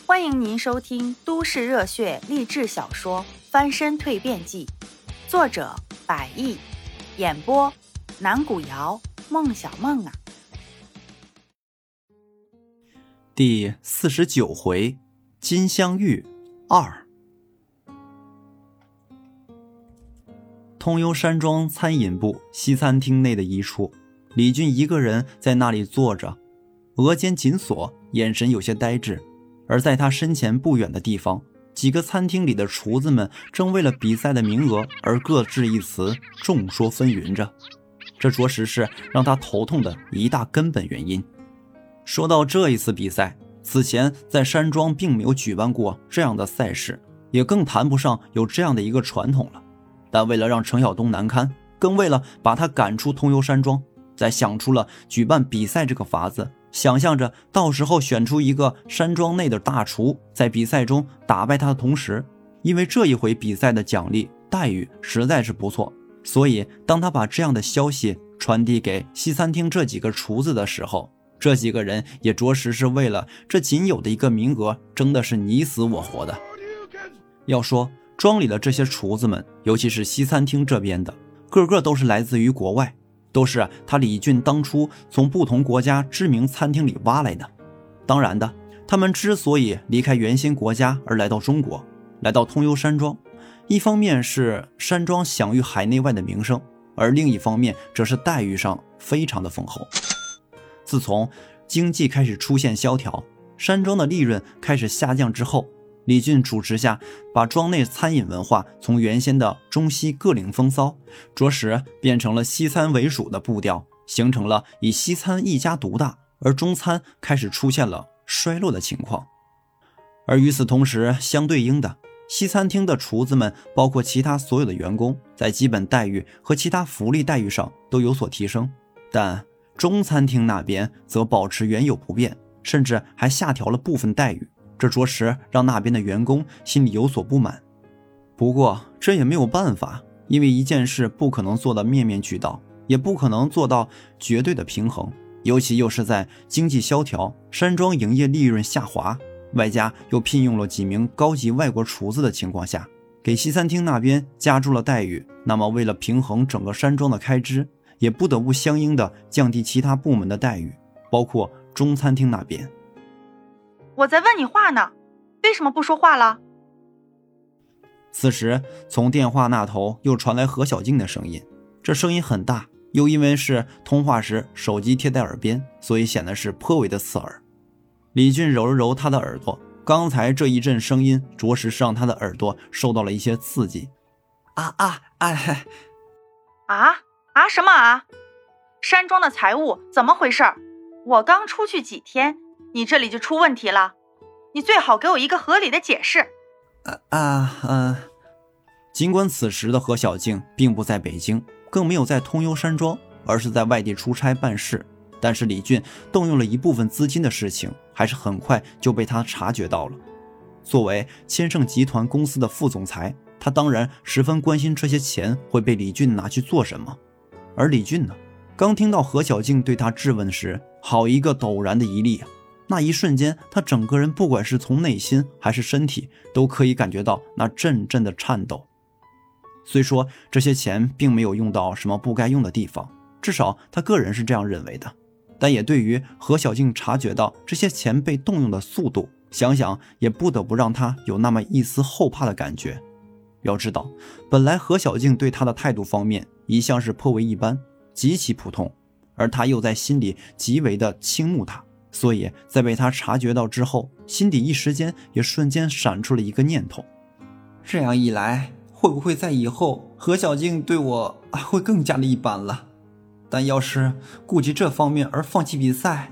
欢迎您收听都市热血励志小说《翻身蜕变记》，作者百亿，演播南古瑶、孟小梦啊。 第49回，金镶玉2。通幽山庄餐饮部西餐厅内的一处，李俊一个人在那里坐着，额间紧锁，眼神有些呆滞。而在他身前不远的地方，几个餐厅里的厨子们正为了比赛的名额而各执一词，众说纷纭着。这着实是让他头痛的一大根本原因。说到这一次比赛，此前在山庄并没有举办过这样的赛事，也更谈不上有这样的一个传统了。但为了让程晓东难堪，更为了把他赶出通幽山庄，才想出了举办比赛这个法子，想象着到时候选出一个山庄内的大厨，在比赛中打败他的同时，因为这一回比赛的奖励待遇实在是不错，所以当他把这样的消息传递给西餐厅这几个厨子的时候，这几个人也着实是为了这仅有的一个名额争的是你死我活的。要说庄里的这些厨子们，尤其是西餐厅这边的，个个都是来自于国外，都是他李俊当初从不同国家知名餐厅里挖来的。当然的，他们之所以离开原先国家而来到中国，来到通幽山庄，一方面是山庄享誉海内外的名声，而另一方面则是待遇上非常的丰厚。自从经济开始出现萧条，山庄的利润开始下降之后，李俊主持下把庄内餐饮文化从原先的中西各领风骚，着实变成了西餐为主的步调，形成了以西餐一家独大，而中餐开始出现了衰落的情况。而与此同时，相对应的，西餐厅的厨子们包括其他所有的员工，在基本待遇和其他福利待遇上都有所提升，但中餐厅那边则保持原有不变，甚至还下调了部分待遇，这着实让那边的员工心里有所不满。不过这也没有办法，因为一件事不可能做到面面俱到，也不可能做到绝对的平衡，尤其又是在经济萧条，山庄营业利润下滑，外加又聘用了几名高级外国厨子的情况下，给西餐厅那边加注了待遇，那么为了平衡整个山庄的开支，也不得不相应的降低其他部门的待遇，包括中餐厅那边。 我在问你话呢，为什么不说话了？ 此时从电话那头又传来何小静的声音，这声音很大，又因为是通话时手机贴在耳边，所以显得是颇为的刺耳。李俊揉了揉他的耳朵，刚才这一阵声音着实是让他的耳朵受到了一些刺激。 什么啊？山庄的财务怎么回事？我刚出去几天，你这里就出问题了，你最好给我一个合理的解释。 尽管此时的何小静并不在北京，更没有在通幽山庄，而是在外地出差办事，但是李俊动用了一部分资金的事情，还是很快就被他察觉到了。作为千盛集团公司的副总裁，他当然十分关心这些钱会被李俊拿去做什么。而李俊呢，刚听到何小静对他质问时，好一个陡然的一厉啊！那一瞬间，他整个人不管是从内心还是身体，都可以感觉到那阵阵的颤抖。虽说这些钱并没有用到什么不该用的地方，至少他个人是这样认为的，但也对于何小静察觉到这些钱被动用的速度，想想也不得不让他有那么一丝后怕的感觉。要知道，本来何小静对他的态度方面一向是颇为一般，极其普通，而他又在心里极为的倾慕他，所以在被他察觉到之后，心底一时间也瞬间闪出了一个念头，这样一来，会不会在以后何小静对我会更加的一般了？但要是顾及这方面而放弃比赛，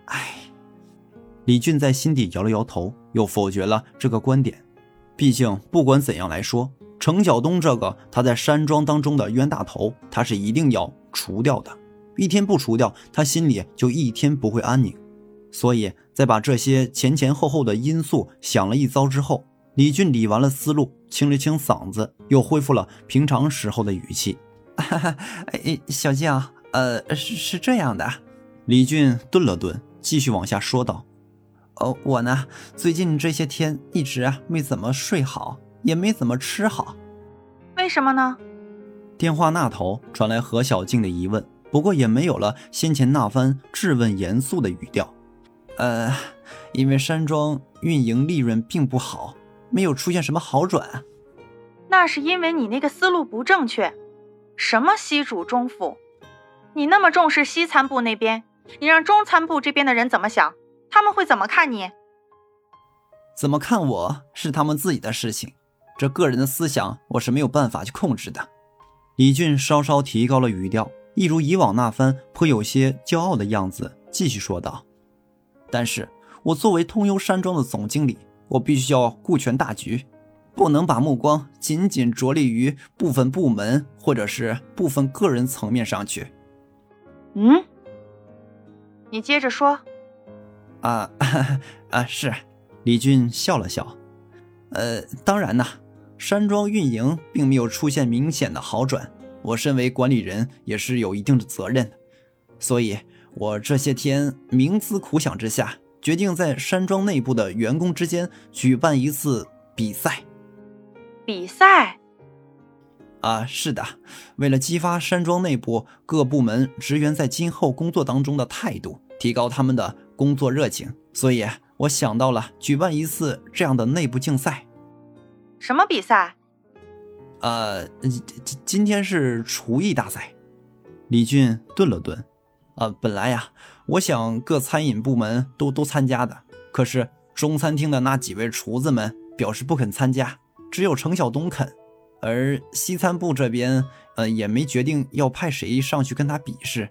李俊在心底摇了摇头，又否决了这个观点。毕竟不管怎样来说，程晓东这个他在山庄当中的冤大头，他是一定要除掉的，一天不除掉，他心里就一天不会安宁。所以在把这些前后的因素想了一遭之后，李俊理完了思路，清了清嗓子，又恢复了平常时候的语气。小静，是这样的。李俊顿了顿，继续往下说道。 我呢，最近这些天一直没怎么睡好，也没怎么吃好。 为什么呢？ 电话那头传来何小静的疑问，不过也没有了先前那番质问严肃的语调。因为山庄运营利润并不好，没有出现什么好转。 那是因为你那个思路不正确。什么西主中府？你那么重视西餐部那边，你让中餐部这边的人怎么想？他们会怎么看你？ 怎么看我是他们自己的事情，这个人的思想我是没有办法去控制的。李俊稍稍提高了语调，一如以往那番颇有些骄傲的样子，继续说道：但是我作为通幽山庄的总经理，我必须要顾全大局，不能把目光仅仅着力于部分部门或者是部分个人层面上去。 你接着说。 是。李俊笑了笑。当然山庄运营并没有出现明显的好转，我身为管理人也是有一定的责任的，所以我这些天冥思苦想之下，决定在山庄内部的员工之间举办一次比赛。 比赛？ 是的，为了激发山庄内部各部门职员在今后工作当中的态度，提高他们的工作热情，所以我想到了举办一次这样的内部竞赛。 什么比赛？ 今天是厨艺大赛。李俊顿了顿。本来我想各餐饮部门都参加的，可是中餐厅的那几位厨子们表示不肯参加，只有程晓东肯。而西餐部这边也没决定要派谁上去跟他比试。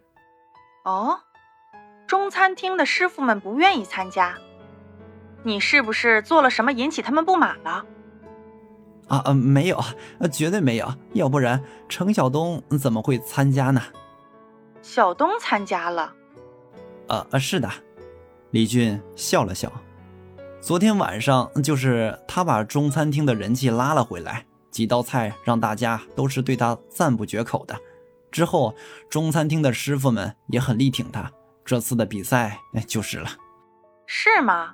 中餐厅的师傅们不愿意参加，你是不是做了什么引起他们不满了？ 没有，绝对没有，要不然程晓东怎么会参加呢？ 小东参加了。 是的。李俊笑了笑。昨天晚上就是他把中餐厅的人气拉了回来，几道菜让大家都是对他赞不绝口的。之后中餐厅的师傅们也很力挺他，这次的比赛就是了。 是吗？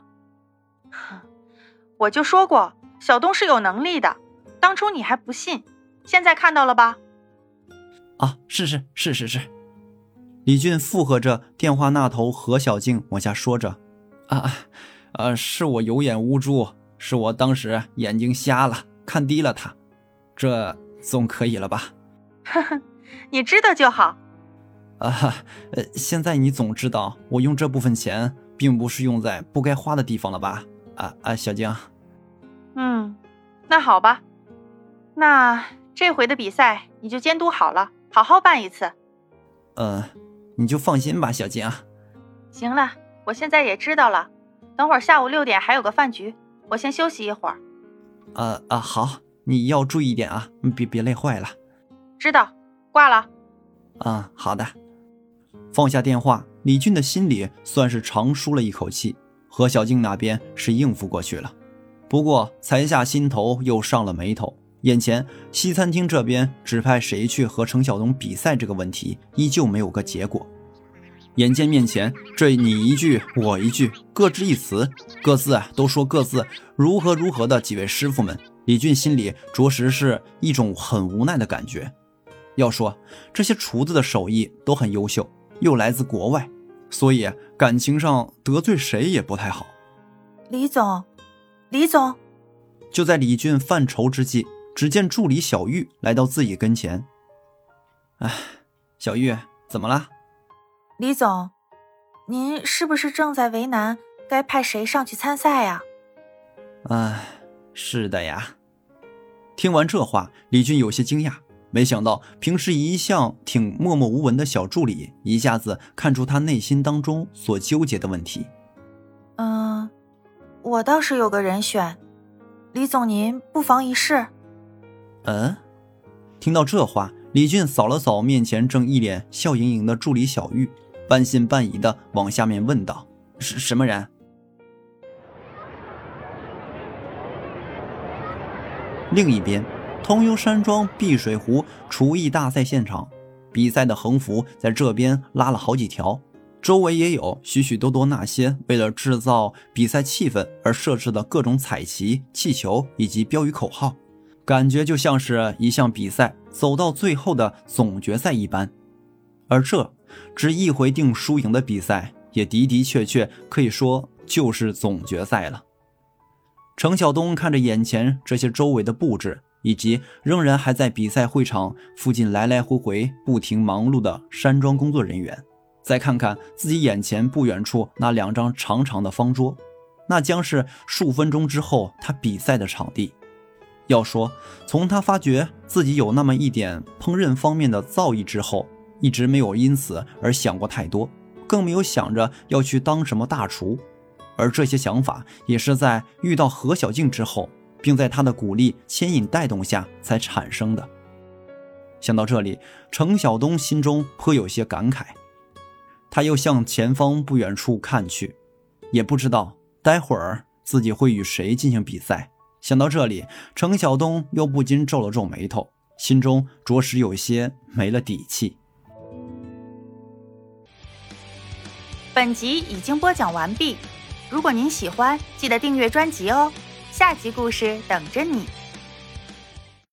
我就说过小东是有能力的，当初你还不信，现在看到了吧？ 是。李俊附和着电话那头何小静往下说着。是我有眼无珠，是我当时眼睛瞎了，看低了他，这总可以了吧？ 你知道就好。 现在你总知道我用这部分钱并不是用在不该花的地方了吧？小静。 那好吧，那这回的比赛你就监督好了，好好办一次。 你就放心吧，小静。 行了，我现在也知道了，等会儿下午6点还有个饭局，我先休息一会儿。 好，你要注意一点别累坏了。 知道，挂了。 好的。放下电话，李俊的心里算是长舒了一口气，何小静那边是应付过去了。不过才下心头又上了眉头，眼前西餐厅这边指派谁去和程晓东比赛这个问题依旧没有个结果。眼见面前这你一句我一句，各执一词，各自都说各自如何的几位师傅们，李俊心里着实是一种很无奈的感觉。要说这些厨子的手艺都很优秀，又来自国外，所以感情上得罪谁也不太好。 李总。 就在李俊犯愁之际，只见助理小玉来到自己跟前。小玉，怎么了？ 李总，您是不是正在为难该派谁上去参赛呀？ 是的呀。听完这话，李俊有些惊讶，没想到平时一向挺默默无闻的小助理一下子看出他内心当中所纠结的问题。 我倒是有个人选，李总您不妨一试。 听到这话，李俊扫了扫面前正一脸笑盈盈的助理小玉，半信半疑的往下面问道：是什么人？另一边，通幽山庄碧水湖厨艺大赛现场，比赛的横幅在这边拉了好几条， 周围也有许许多多那些为了制造比赛气氛而设置的各种彩旗、气球以及标语口号，感觉就像是一项比赛走到最后的总决赛一般。而这只一回定输赢的比赛，也的的确确可以说就是总决赛了。程晓东看着眼前这些周围的布置，以及仍然还在比赛会场附近来来回回不停忙碌的山庄工作人员，再看看自己眼前不远处那2张长长的方桌，那将是数分钟之后他比赛的场地。要说从他发觉自己有那么一点烹饪方面的造诣之后，一直没有因此而想过太多，更没有想着要去当什么大厨。而这些想法也是在遇到何小静之后，并在他的鼓励牵引带动下才产生的。想到这里，程晓东心中颇有些感慨，他又向前方不远处看去，也不知道待会儿自己会与谁进行比赛。想到这里，程晓东又不禁皱了皱眉头，心中着实有些没了底气。 本集已经播讲完毕，如果您喜欢，记得订阅专辑哦，下集故事等着你。